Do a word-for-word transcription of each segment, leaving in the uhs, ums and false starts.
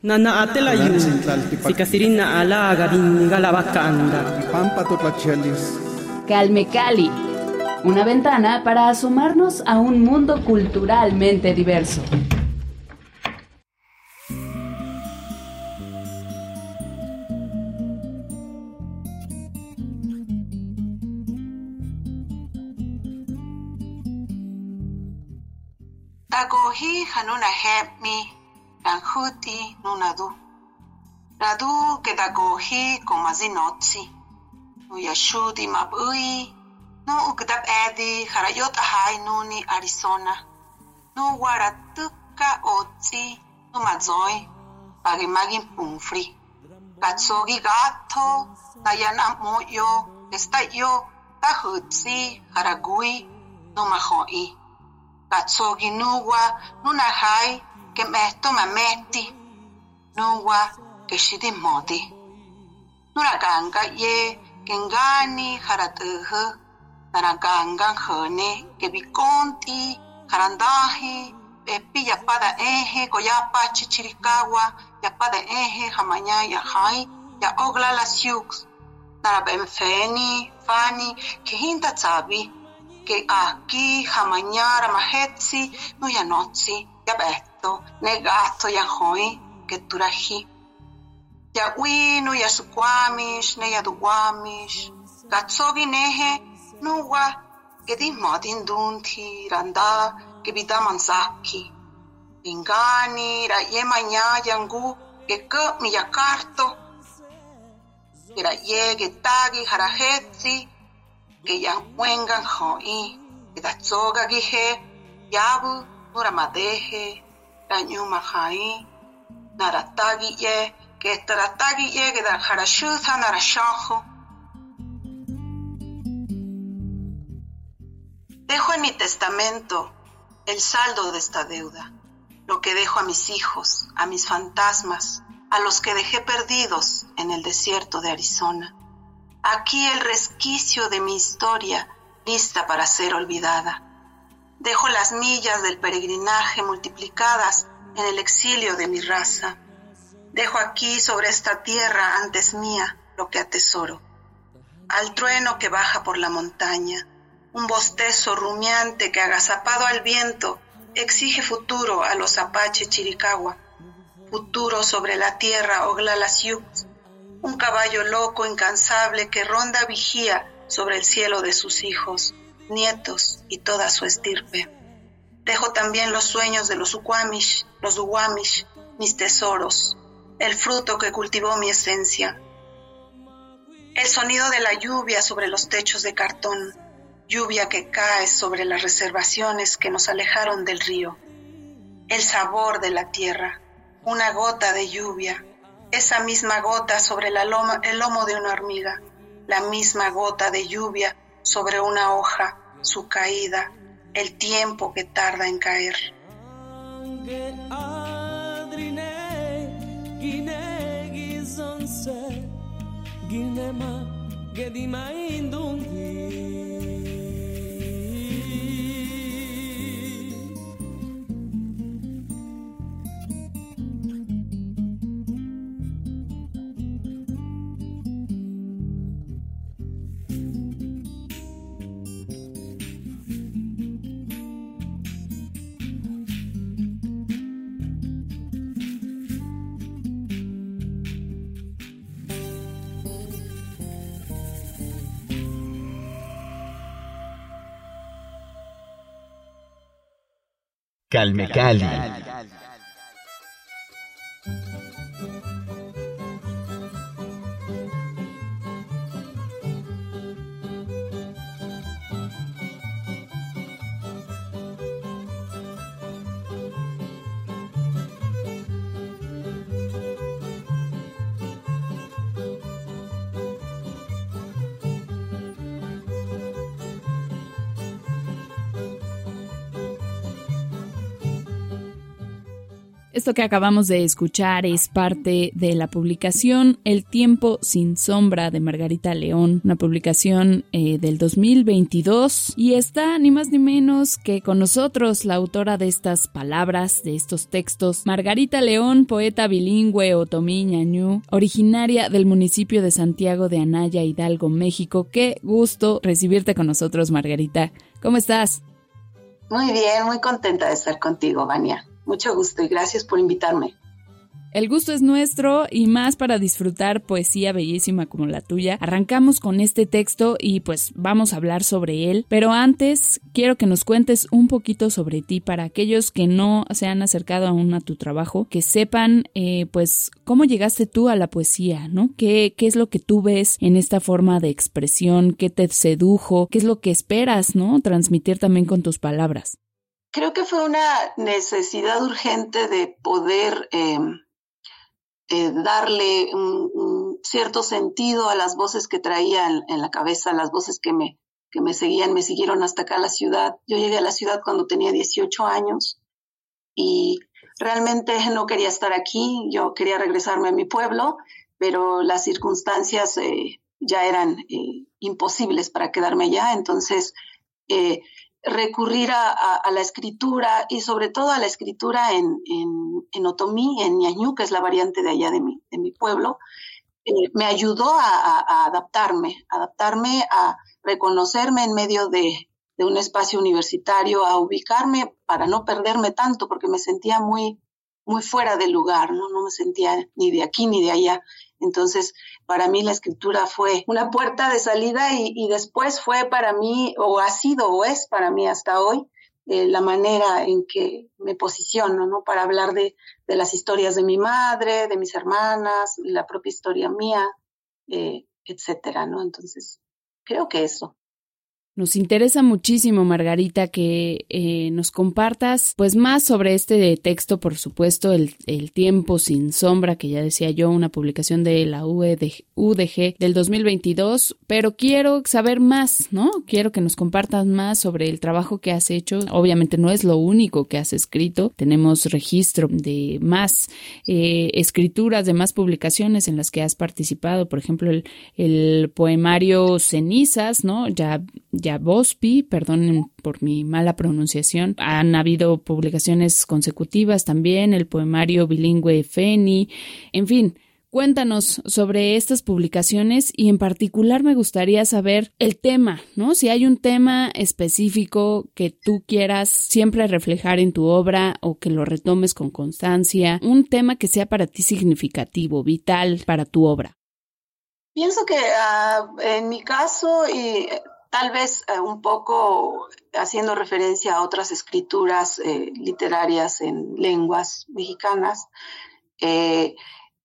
Nana atela yu, sikasirina alaga vinigala bacanda. Pampa totlachialis. Calme Cali, una ventana para asomarnos a un mundo culturalmente diverso. Tagohi hanuna hepmi, ranjuti nunadu. Radu que tagohi komazinotsi. Uyashudi mabui, no ukdab edi harayot ahai nuni Arizona. No waratuka otsi, no mazoi, pagimagin pumfri. Gatsogi gato, nayan moyo, estayo, tahutsi, haragui, no mahoi. Gatsogi nuwa, nunahai, que meto mameti, nuwa, que shidi modi. Nuraganga ye, Gengani haratuhu, naragangan hone, que biconti, harandahi, epi yapada eje, goyapa chichirikawa, yapada eje, jamaya yahai, ya ogla las yux, narabenfeni, fani, que hinta tsabi, que aquí jamanyara mahetsi, no yanotsi, yabeto, negato yahoi, que turahi. Ya winu ya sukwamish ne ya duwamish gatsogi nehe nuwa que di modin dunti randa que bidaman zaki ingani ra ye manya yangu que ke mi yakarto que ra ye que tagi harahetsi que yang wengan hoi que gatsoga gihe yabu nura madehe ra nyuma hai naratagi ye que taratagi llegue da harashutha narashajo. Dejo en mi testamento el saldo de esta deuda, lo que dejo a mis hijos, a mis fantasmas, a los que dejé perdidos en el desierto de Arizona. Aquí el resquicio de mi historia, lista para ser olvidada. Dejo las millas del peregrinaje multiplicadas en el exilio de mi raza. Dejo aquí sobre esta tierra antes mía lo que atesoro. Al trueno que baja por la montaña, un bostezo rumiante que agazapado al viento exige futuro a los apache chiricahua, futuro sobre la tierra Oglalasyu, un caballo loco incansable que ronda vigía sobre el cielo de sus hijos, nietos y toda su estirpe. Dejo también los sueños de los uquamish, los duwamish, mis tesoros, el fruto que cultivó mi esencia. El sonido de la lluvia sobre los techos de cartón, lluvia que cae sobre las reservaciones que nos alejaron del río. El sabor de la tierra, una gota de lluvia, esa misma gota sobre la loma, el lomo de una hormiga, la misma gota de lluvia sobre una hoja, su caída, el tiempo que tarda en caer. Ginema gedima indungi Calme Cali. Esto que acabamos de escuchar es parte de la publicación El tiempo sin sombra de Margarita León, una publicación eh, del dos mil veintidós, y está ni más ni menos que con nosotros la autora de estas palabras, de estos textos, Margarita León, poeta bilingüe otomí ñañú, originaria del municipio de Santiago de Anaya, Hidalgo, México. Qué gusto recibirte con nosotros, Margarita. ¿Cómo estás? Muy bien, muy contenta de estar contigo, Vania. Mucho gusto y gracias por invitarme. El gusto es nuestro y más para disfrutar poesía bellísima como la tuya. Arrancamos con este texto y pues vamos a hablar sobre él, pero antes quiero que nos cuentes un poquito sobre ti para aquellos que no se han acercado aún a tu trabajo, que sepan eh, pues cómo llegaste tú a la poesía, ¿no? ¿Qué, qué es lo que tú ves en esta forma de expresión? ¿Qué te sedujo? ¿Qué es lo que esperas, ¿no? Transmitir también con tus palabras. Creo que fue una necesidad urgente de poder eh, eh, darle un, un cierto sentido a las voces que traía en, en la cabeza, las voces que me, que me seguían, me siguieron hasta acá a la ciudad. Yo llegué a la ciudad cuando tenía dieciocho años y realmente no quería estar aquí, yo quería regresarme a mi pueblo, pero las circunstancias eh, ya eran eh, imposibles para quedarme allá, entonces eh, recurrir a, a, a la escritura y sobre todo a la escritura en, en, en otomí, en ñañú, que es la variante de allá de mi, de mi pueblo, eh, me ayudó a, a, a adaptarme, adaptarme a reconocerme en medio de, de un espacio universitario, a ubicarme para no perderme tanto, porque me sentía muy, muy fuera del lugar, ¿no? No me sentía ni de aquí ni de allá. Entonces, para mí la escritura fue una puerta de salida y, y después fue para mí, o ha sido o es para mí hasta hoy, eh, la manera en que me posiciono, ¿no? Para hablar de, de las historias de mi madre, de mis hermanas, la propia historia mía, eh, etcétera, ¿no? Entonces, creo que eso. Nos interesa muchísimo, Margarita, que eh, nos compartas pues más sobre este texto, por supuesto, el, el tiempo sin sombra, que ya decía yo, una publicación de la U D G del dos mil veintidós, pero quiero saber más, ¿no? Quiero que nos compartas más sobre el trabajo que has hecho. Obviamente no es lo único que has escrito, tenemos registro de más eh, escrituras, de más publicaciones en las que has participado, por ejemplo, el, el poemario Cenizas, ¿no? Ya Yabospi, perdonen por mi mala pronunciación. Han habido publicaciones consecutivas también, el poemario bilingüe Feni, en fin. Cuéntanos sobre estas publicaciones y en particular me gustaría saber el tema, ¿no? Si hay un tema específico que tú quieras siempre reflejar en tu obra o que lo retomes con constancia, un tema que sea para ti significativo, vital para tu obra. Pienso que uh, en mi caso y tal vez eh, un poco haciendo referencia a otras escrituras eh, literarias en lenguas mexicanas, eh,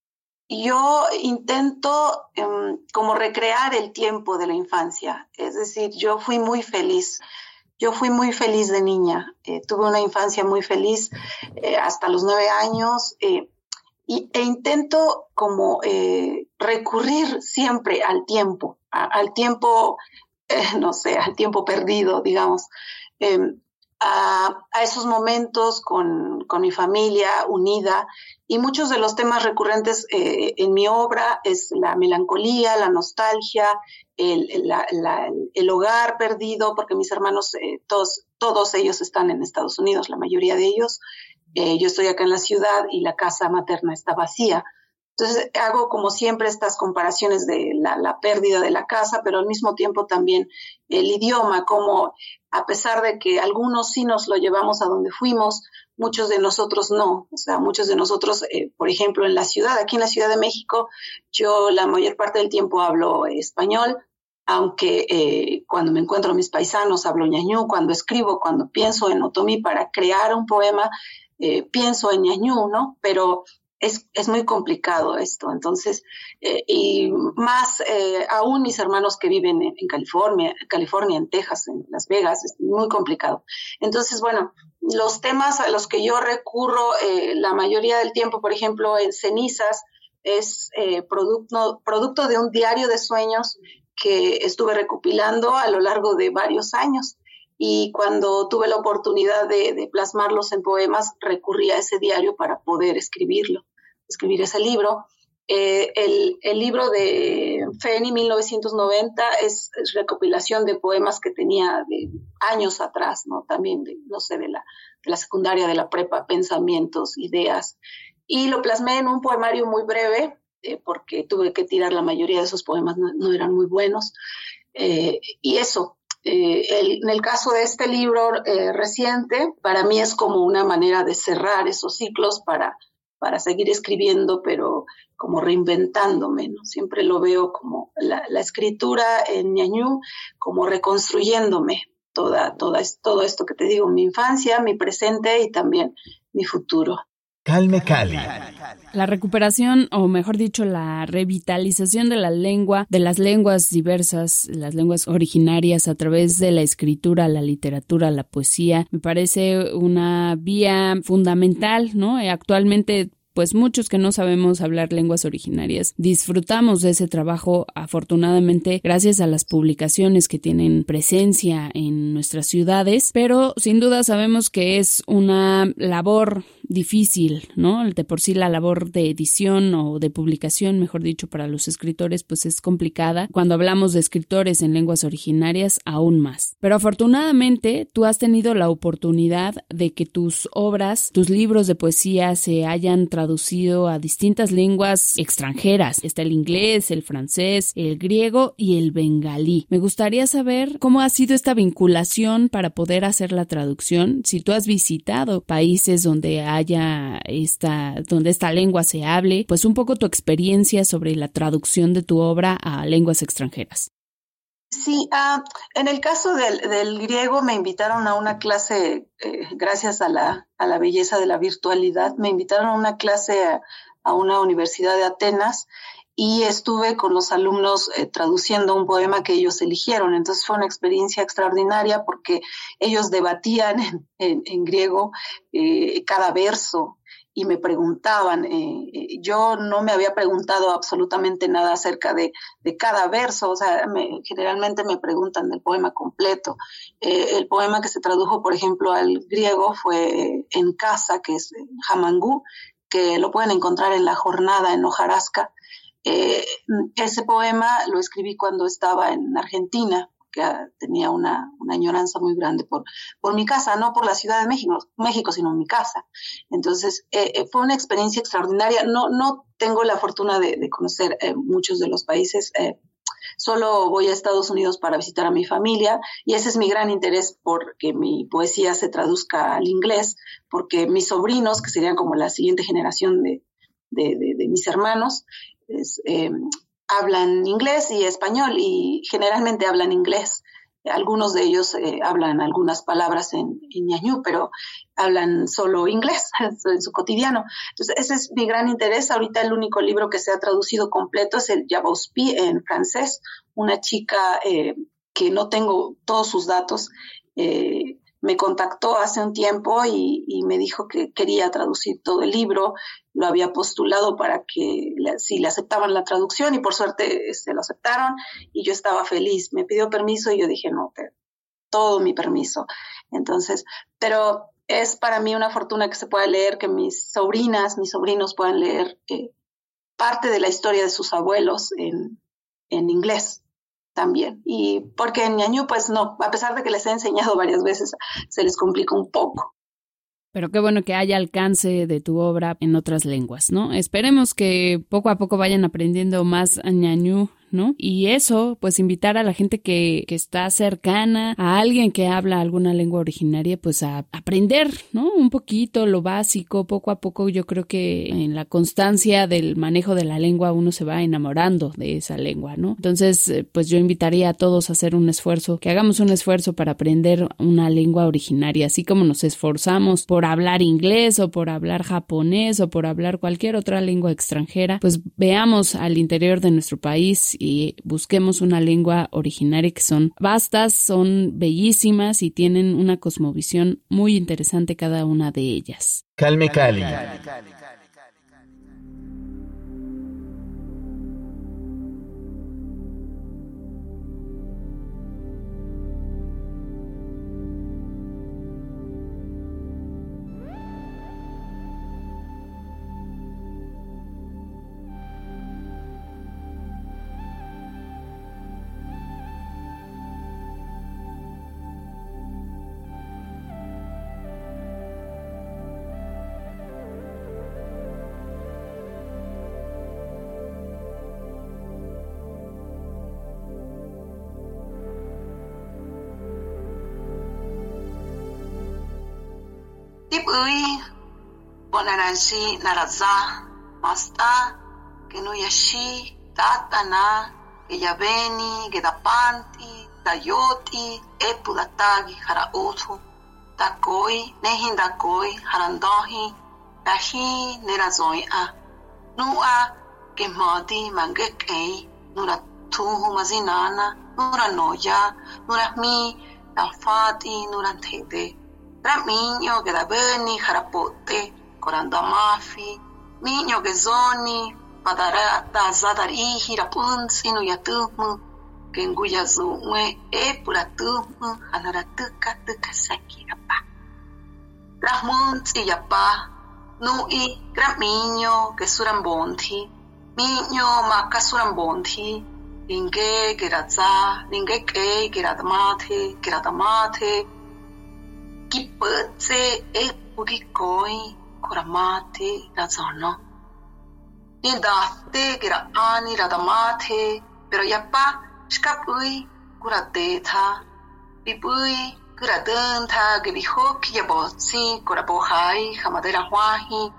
yo intento eh, como recrear el tiempo de la infancia. Es decir, yo fui muy feliz. Yo fui muy feliz de niña. Eh, tuve una infancia muy feliz eh, hasta los nueve años eh, y, e intento como eh, recurrir siempre al tiempo, a, al tiempo... Eh, no sé, al tiempo perdido, digamos, eh, a, a esos momentos con, con mi familia unida. Y muchos de los temas recurrentes eh, en mi obra es la melancolía, la nostalgia, el, la, la, el hogar perdido, porque mis hermanos, eh, todos, todos ellos están en Estados Unidos, la mayoría de ellos. Eh, yo estoy acá en la ciudad y la casa materna está vacía. Entonces hago como siempre estas comparaciones de la, la pérdida de la casa, pero al mismo tiempo también el idioma, como a pesar de que algunos sí nos lo llevamos a donde fuimos, muchos de nosotros no. O sea, muchos de nosotros, eh, por ejemplo, en la ciudad, aquí en la Ciudad de México, yo la mayor parte del tiempo hablo español, aunque eh, cuando me encuentro a mis paisanos hablo ñañú, cuando escribo, cuando pienso en otomí para crear un poema, eh, pienso en ñañú, ¿no? Pero Es, es muy complicado esto, entonces, eh, y más eh, aún mis hermanos que viven en, en California, California, en Texas, en Las Vegas, es muy complicado. Entonces, bueno, los temas a los que yo recurro eh, la mayoría del tiempo, por ejemplo, en Cenizas, es eh, producto, producto de un diario de sueños que estuve recopilando a lo largo de varios años. y cuando tuve la oportunidad de, de plasmarlos en poemas, recurrí a ese diario para poder escribirlo, escribir ese libro. Eh, el, el libro de Feni, mil novecientos noventa, es, es recopilación de poemas que tenía de años atrás, ¿no? También, de, no sé, de la, de la secundaria, de la prepa, pensamientos, ideas. Y lo plasmé en un poemario muy breve, eh, porque tuve que tirar la mayoría de esos poemas, no, no eran muy buenos. Eh, y eso, eh, el, en el caso de este libro eh, reciente, para mí es como una manera de cerrar esos ciclos para, para seguir escribiendo, pero como reinventándome, ¿no? Siempre lo veo como la, la escritura en ñañú, como reconstruyéndome toda, toda, todo esto que te digo, mi infancia, mi presente y también mi futuro. Calme Cali. La recuperación, o mejor dicho, la revitalización de la lengua, de las lenguas diversas, las lenguas originarias a través de la escritura, la literatura, la poesía, me parece una vía fundamental, ¿no? Actualmente, pues muchos que no sabemos hablar lenguas originarias disfrutamos de ese trabajo, afortunadamente, gracias a las publicaciones que tienen presencia en nuestras ciudades, pero sin duda sabemos que es una labor difícil, ¿no? De por sí la labor de edición o de publicación, mejor dicho, para los escritores, pues es complicada. Cuando hablamos de escritores en lenguas originarias, aún más. Pero afortunadamente, tú has tenido la oportunidad de que tus obras, tus libros de poesía se hayan traducido a distintas lenguas extranjeras. Está el inglés, el francés, el griego y el bengalí. Me gustaría saber cómo ha sido esta vinculación para poder hacer la traducción. Si tú has visitado países donde hay haya esta, donde esta lengua se hable, pues un poco tu experiencia sobre la traducción de tu obra a lenguas extranjeras. Sí, uh, en el caso del, del griego me invitaron a una clase, eh, gracias a la, a la belleza de la virtualidad, me invitaron a una clase a, a una universidad de Atenas y estuve con los alumnos eh, traduciendo un poema que ellos eligieron. Entonces fue una experiencia extraordinaria porque ellos debatían en, en, en griego eh, cada verso y me preguntaban. Eh, yo no me había preguntado absolutamente nada acerca de, de cada verso, o sea, me, generalmente me preguntan del poema completo. Eh, el poema que se tradujo, por ejemplo, al griego fue En Casa, que es Jamangú, que lo pueden encontrar en La Jornada, en Hojarasca. Eh, ese poema lo escribí cuando estaba en Argentina, que tenía una, una añoranza muy grande por, por mi casa, no por la Ciudad de México, México sino mi casa. Entonces, eh, fue una experiencia extraordinaria. No, no tengo la fortuna de, de conocer eh, muchos de los países. Eh, solo voy a Estados Unidos para visitar a mi familia y ese es mi gran interés porque mi poesía se traduzca al inglés, porque mis sobrinos, que serían como la siguiente generación de, de, de, de mis hermanos, es, eh, hablan inglés y español y generalmente hablan inglés. Algunos de ellos eh, hablan algunas palabras en, en ñañú, pero hablan solo inglés en su cotidiano. Entonces, ese es mi gran interés. Ahorita el único libro que se ha traducido completo es el Yabospi en francés. Una chica eh, que no tengo todos sus datos, eh, me contactó hace un tiempo y, y me dijo que quería traducir todo el libro. Lo había postulado para que le, si le aceptaban la traducción y por suerte se lo aceptaron y yo estaba feliz. Me pidió permiso y yo dije no, te, todo mi permiso. Entonces, pero es para mí una fortuna que se pueda leer, que mis sobrinas, mis sobrinos puedan leer eh, parte de la historia de sus abuelos en, en inglés también. Y porque en ñañú, pues no, a pesar de que les he enseñado varias veces, se les complica un poco. Pero qué bueno que haya alcance de tu obra en otras lenguas, ¿no? Esperemos que poco a poco vayan aprendiendo más ñañú, ¿no? Y eso, pues invitar a la gente que, que está cercana a alguien que habla alguna lengua originaria, pues a aprender, ¿no? Un poquito, lo básico, poco a poco. Yo creo que en la constancia del manejo de la lengua uno se va enamorando de esa lengua, ¿no? Entonces, pues yo invitaría a todos a hacer un esfuerzo, que hagamos un esfuerzo para aprender una lengua originaria, así como nos esforzamos por hablar inglés o por hablar japonés o por hablar cualquier otra lengua extranjera, pues veamos al interior de nuestro país y busquemos una lengua originaria que son vastas, son bellísimas y tienen una cosmovisión muy interesante cada una de ellas. Calme Cali. Kipui, Bonaranshi Naraza, Masta, Kenuyashi, Tatana, Eyabeni, Gedapanti, Tayoti, Epudatagi, Harautu, Takoi, Nehindakoi, Harandohi, Rahi, Nerazoia, Nua, Gemadi, Mangekei, Nura Tuhu Mazinana, Nura Noya, Nura Mi, Alfati, Nura Tede, Ramiño, Gedabeni, Harapote, Corandamafi, Miño Gezoni, Padara, Zadarihi, Rapunzi, Nuyatumu, Kenguyazume, Epuratumu, Anaratuka, Tukasaki, Apa. Rahmunzi, Yapa, Nui, Gramiño, Gesurambonti, Miño, Makasurambonti, Linge, Geraza, Lingeke, Geradamate, Geradamate, Kiputze, Epugikoi, Koramate, Razono. Nindate, Gerani, Radamate, pero Yapa, Shkapui, Kuradeta, Bibui, Kuradenta, Gebihoki, Yabotsi, Korabohai, Hamadera Huahi,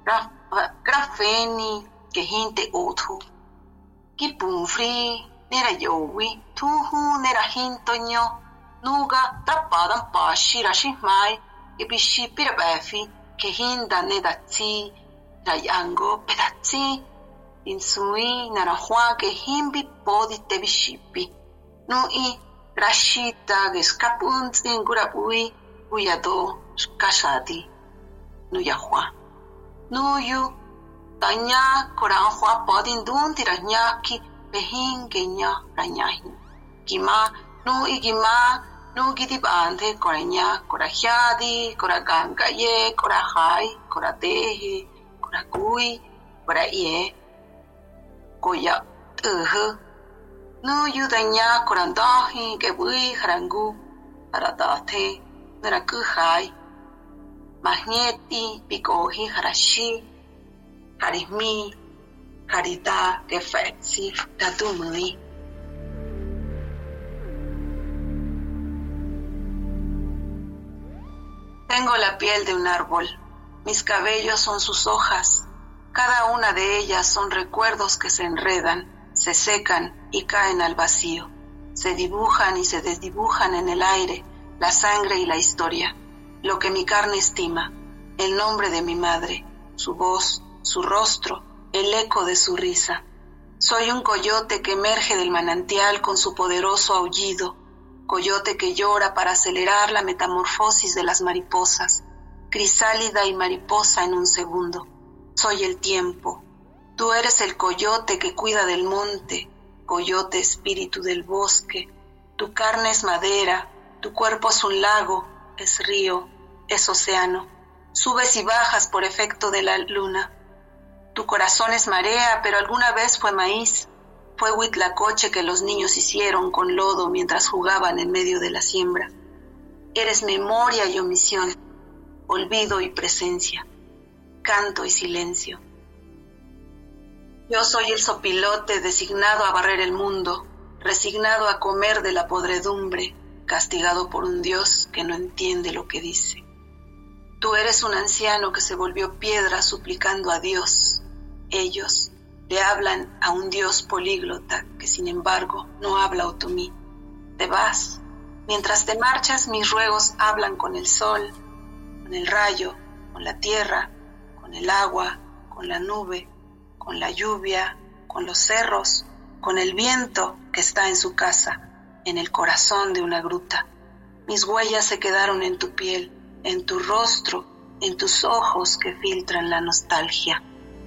Grafeni, Gehinte Otu, Kipunfri, Nera Yowi, Tuhu, Nera Hintonyo, Nuga, Tapadam Pashi, Rashimai, Ibishi Pirabefi, Kehinda Nedatsi, Rayango, Pedatsi, Insui, Narahua, Gehimbi, Podi, Tebishipi, Nui, Rashita, Geskapunzi, Gurabui, Uyado, Kashadi, Nuyahua, Nuyu, Tanya, Koranhua, Podin Dun, Tiranyaki, Behin, Genya, Ranyahi, Gima, Nui Gima, Nugidibante, Koranya, Korahadi, Koragangaye, Korahai, Koradehe, Korakui, Koraye, Koya, Uhu, Nuyu Danya, Korandahi, Gebui, Harangu, Haradate, Narakuhai, Magneti, Bikohi, Harashi, Harismi, Harita, Gefetsi, Tatumui. Tengo la piel de un árbol, mis cabellos son sus hojas, cada una de ellas son recuerdos que se enredan, se secan y caen al vacío, se dibujan y se desdibujan en el aire, la sangre y la historia, lo que mi carne estima, el nombre de mi madre, su voz, su rostro, el eco de su risa. Soy un coyote que emerge del manantial con su poderoso aullido, coyote que llora para acelerar la metamorfosis de las mariposas, crisálida y mariposa en un segundo. Soy el tiempo. Tú eres el coyote que cuida del monte, coyote espíritu del bosque. Tu carne es madera, tu cuerpo es un lago, es río, es océano. Subes y bajas por efecto de la luna. Tu corazón es marea, pero alguna vez fue maíz. Fue huitlacoche que los niños hicieron con lodo mientras jugaban en medio de la siembra. Eres memoria y omisión, olvido y presencia, canto y silencio. Yo soy el sopilote designado a barrer el mundo, resignado a comer de la podredumbre, castigado por un Dios que no entiende lo que dice. Tú eres un anciano que se volvió piedra suplicando a Dios. Ellos le hablan a un Dios políglota que sin embargo no habla otomí. Te vas. Mientras te marchas, mis ruegos hablan con el sol, con el rayo, con la tierra, con el agua, con la nube, con la lluvia, con los cerros, con el viento que está en su casa, en el corazón de una gruta. Mis huellas se quedaron en tu piel, en tu rostro, en tus ojos que filtran la nostalgia.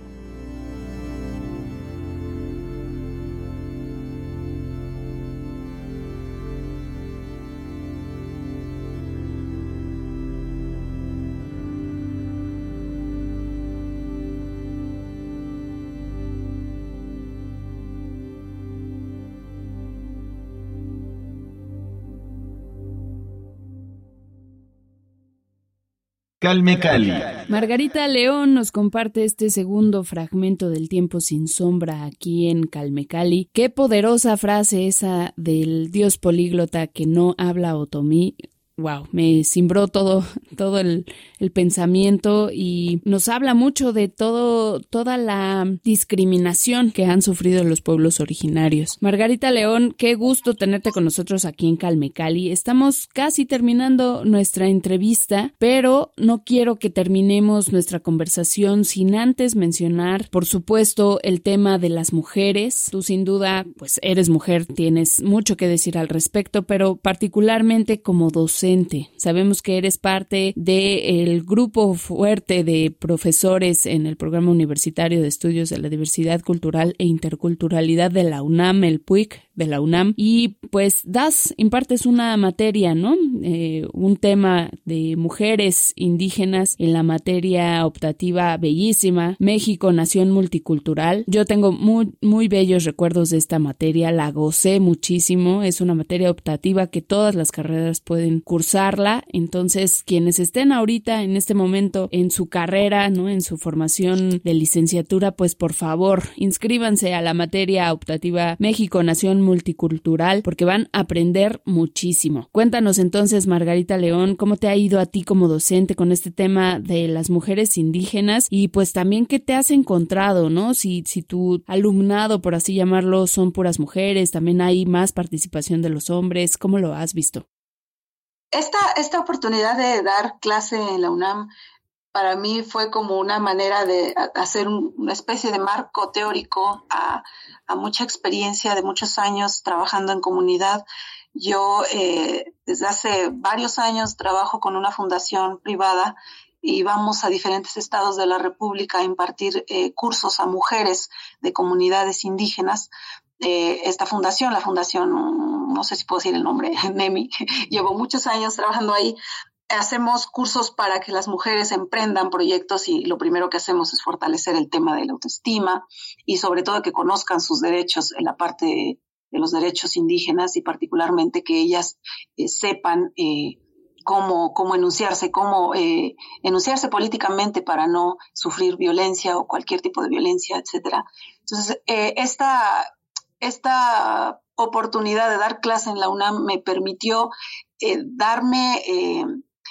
Calme Cali. Margarita León nos comparte este segundo fragmento del Tiempo sin sombra aquí en Calme Cali. Qué poderosa frase esa del Dios políglota que no habla otomí. wow, me cimbró todo, todo el, el pensamiento y nos habla mucho de todo, toda la discriminación que han sufrido los pueblos originarios. Margarita León, qué gusto tenerte con nosotros aquí en Calme Cali. Estamos casi terminando nuestra entrevista, pero no quiero que terminemos nuestra conversación sin antes mencionar, por supuesto, el tema de las mujeres. Tú sin duda, pues eres mujer, tienes mucho que decir al respecto, pero particularmente como docente. Sabemos que eres parte del grupo fuerte de profesores en el Programa Universitario de Estudios de la Diversidad Cultural e Interculturalidad de la UNAM, el P U I C de la UNAM, y pues das, impartes una materia, ¿no? Eh, un tema de mujeres indígenas en la materia optativa bellísima, México, Nación Multicultural. Yo tengo muy, muy bellos recuerdos de esta materia, la gocé muchísimo, es una materia optativa que todas las carreras pueden cursarla, entonces quienes estén ahorita en este momento en su carrera, ¿no? En su formación de licenciatura, pues por favor, inscríbanse a la materia optativa México, Nación Multicultural, porque van a aprender muchísimo. Cuéntanos entonces, Margarita León, ¿cómo te ha ido a ti como docente con este tema de las mujeres indígenas? Y pues también, ¿qué te has encontrado, no? Si, si tu alumnado, por así llamarlo, son puras mujeres, también hay más participación de los hombres, ¿cómo lo has visto? Esta, esta oportunidad de dar clase en la UNAM para mí fue como una manera de hacer un, una especie de marco teórico a, a mucha experiencia de muchos años trabajando en comunidad. Yo eh, desde hace varios años trabajo con una fundación privada y vamos a diferentes estados de la República a impartir eh, cursos a mujeres de comunidades indígenas. Eh, esta fundación, la fundación, no sé si puedo decir el nombre, NEMI, llevo muchos años trabajando ahí. Hacemos cursos para que las mujeres emprendan proyectos y lo primero que hacemos es fortalecer el tema de la autoestima y sobre todo que conozcan sus derechos en la parte de, de los derechos indígenas y particularmente que ellas eh, sepan eh, cómo, cómo enunciarse, cómo eh, enunciarse políticamente para no sufrir violencia o cualquier tipo de violencia, etcétera. Entonces, eh, esta, esta oportunidad de dar clase en la UNAM me permitió eh, darme... Eh,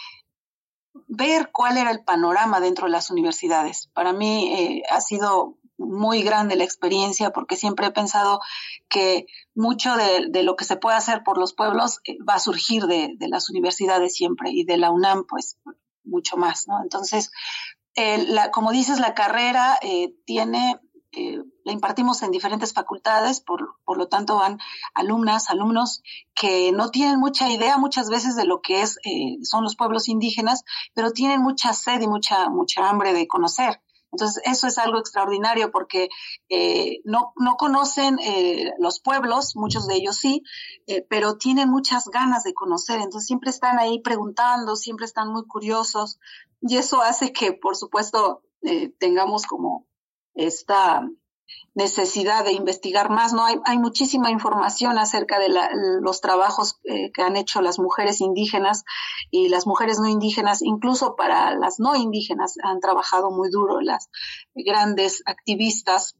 ver cuál era el panorama dentro de las universidades. Para mí eh, ha sido muy grande la experiencia porque siempre he pensado que mucho de, de lo que se puede hacer por los pueblos eh, va a surgir de, de las universidades siempre y de la UNAM pues mucho más, ¿no? Entonces, eh, la, como dices, la carrera eh, tiene... Eh, la impartimos en diferentes facultades, por, por lo tanto van alumnas, alumnos que no tienen mucha idea muchas veces de lo que es eh, son los pueblos indígenas, pero tienen mucha sed y mucha, mucha hambre de conocer. Entonces eso es algo extraordinario porque eh, no, no conocen eh, los pueblos, muchos de ellos sí, eh, pero tienen muchas ganas de conocer, entonces siempre están ahí preguntando, siempre están muy curiosos y eso hace que por supuesto eh, tengamos como esta necesidad de investigar más, ¿no? Hay, hay muchísima información acerca de la, los trabajos eh, que han hecho las mujeres indígenas y las mujeres no indígenas, incluso para las no indígenas han trabajado muy duro las grandes activistas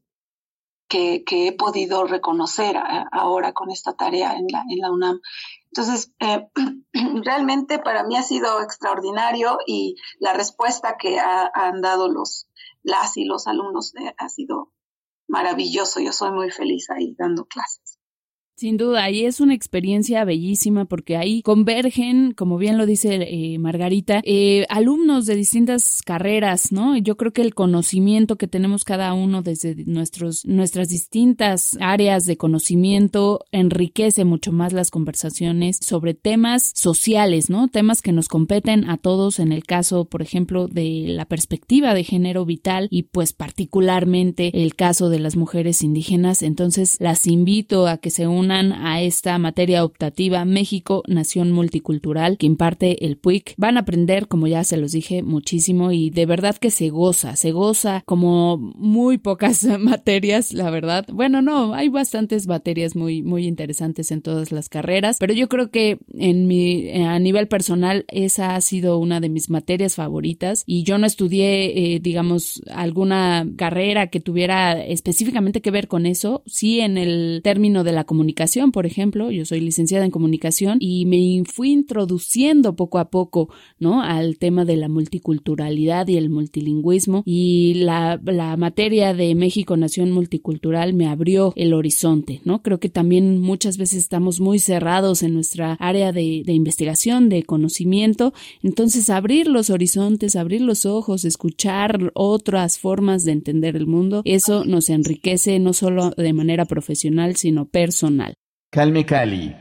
que, que he podido reconocer a, ahora con esta tarea en la, en la UNAM. Entonces, eh, realmente para mí ha sido extraordinario y la respuesta que ha, han dado los las y los alumnos eh, ha sido maravilloso. Yo soy muy feliz ahí dando clases. Sin duda, y es una experiencia bellísima porque ahí convergen, como bien lo dice eh, Margarita, eh, alumnos de distintas carreras, ¿no? Yo creo que el conocimiento que tenemos cada uno desde nuestros, nuestras distintas áreas de conocimiento enriquece mucho más las conversaciones sobre temas sociales, ¿no? Temas que nos competen a todos en el caso, por ejemplo, de la perspectiva de género vital y pues particularmente el caso de las mujeres indígenas. Entonces, las invito a que se unan a esta materia optativa México, Nación Multicultural que imparte el P U I C. Van a aprender, como ya se los dije, muchísimo y de verdad que se goza, se goza como muy pocas materias, la verdad. Bueno, no, hay bastantes materias muy, muy interesantes en todas las carreras, pero yo creo que en mi, a nivel personal esa ha sido una de mis materias favoritas y yo no estudié, eh, digamos, alguna carrera que tuviera específicamente que ver con eso, sí en el término de la comunicación comunicación, por ejemplo. Yo soy licenciada en comunicación y me fui introduciendo poco a poco, ¿no?, al tema de la multiculturalidad y el multilingüismo, y la, la materia de México Nación Multicultural me abrió el horizonte, ¿no? Creo que también muchas veces estamos muy cerrados en nuestra área de, de investigación, de conocimiento. Entonces, abrir los horizontes, abrir los ojos, escuchar otras formas de entender el mundo, eso nos enriquece no solo de manera profesional, sino personal. Calme Cali.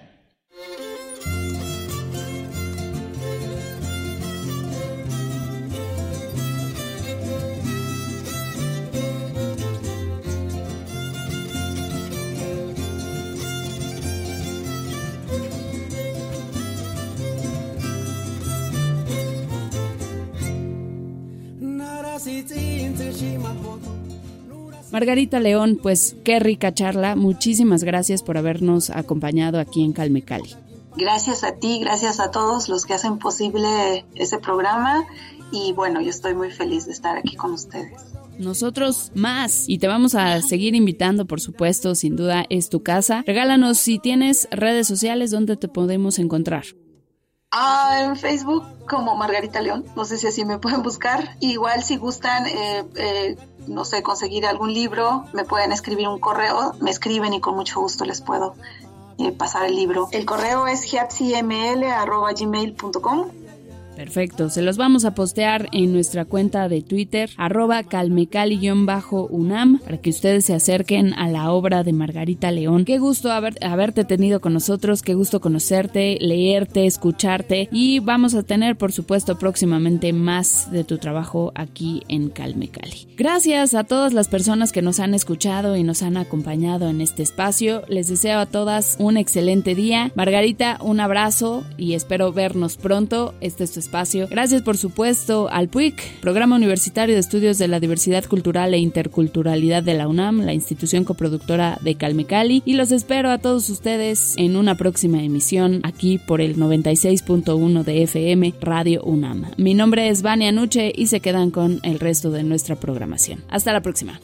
Margarita León, pues qué rica charla. Muchísimas gracias por habernos acompañado aquí en Calme Cali. Gracias a ti, gracias a todos los que hacen posible ese programa, y bueno, yo estoy muy feliz de estar aquí con ustedes. Nosotros más, y te vamos a seguir invitando, por supuesto, sin duda es tu casa. Regálanos, si tienes redes sociales, ¿dónde te podemos encontrar? Ah, en Facebook como Margarita León, no sé si así me pueden buscar. Igual si gustan, eh, eh, no sé, conseguir algún libro, me pueden escribir un correo, me escriben y con mucho gusto les puedo eh, pasar el libro. El correo es giapsiml arroba gmail punto com. Perfecto, se los vamos a postear en nuestra cuenta de Twitter, arroba calmecali-unam, para que ustedes se acerquen a la obra de Margarita León. Qué gusto haber, haberte tenido con nosotros, qué gusto conocerte, leerte, escucharte, y vamos a tener, por supuesto, próximamente más de tu trabajo aquí en Calme Cali. Gracias a todas las personas que nos han escuchado y nos han acompañado en este espacio. Les deseo a todas un excelente día. Margarita, un abrazo y espero vernos pronto. Este es tu espacio. Gracias, por supuesto, al P U I C, Programa Universitario de Estudios de la Diversidad Cultural e Interculturalidad de la UNAM, la institución coproductora de Calme Cali, y los espero a todos ustedes en una próxima emisión aquí por el noventa y seis punto uno de F M Radio UNAM. Mi nombre es Vania Nuche y se quedan con el resto de nuestra programación. Hasta la próxima.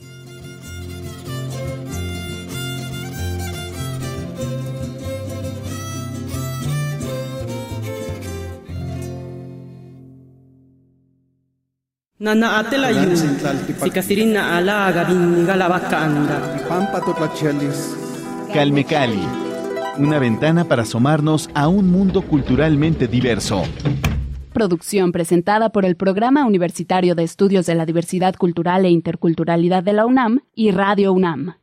Nana atela yu, sikasirin na ala gabin galabaka anda. Pampa totlachialis. Calme Cali, una ventana para asomarnos a un mundo culturalmente diverso. Producción presentada por el Programa Universitario de Estudios de la Diversidad Cultural e Interculturalidad de la UNAM y Radio UNAM.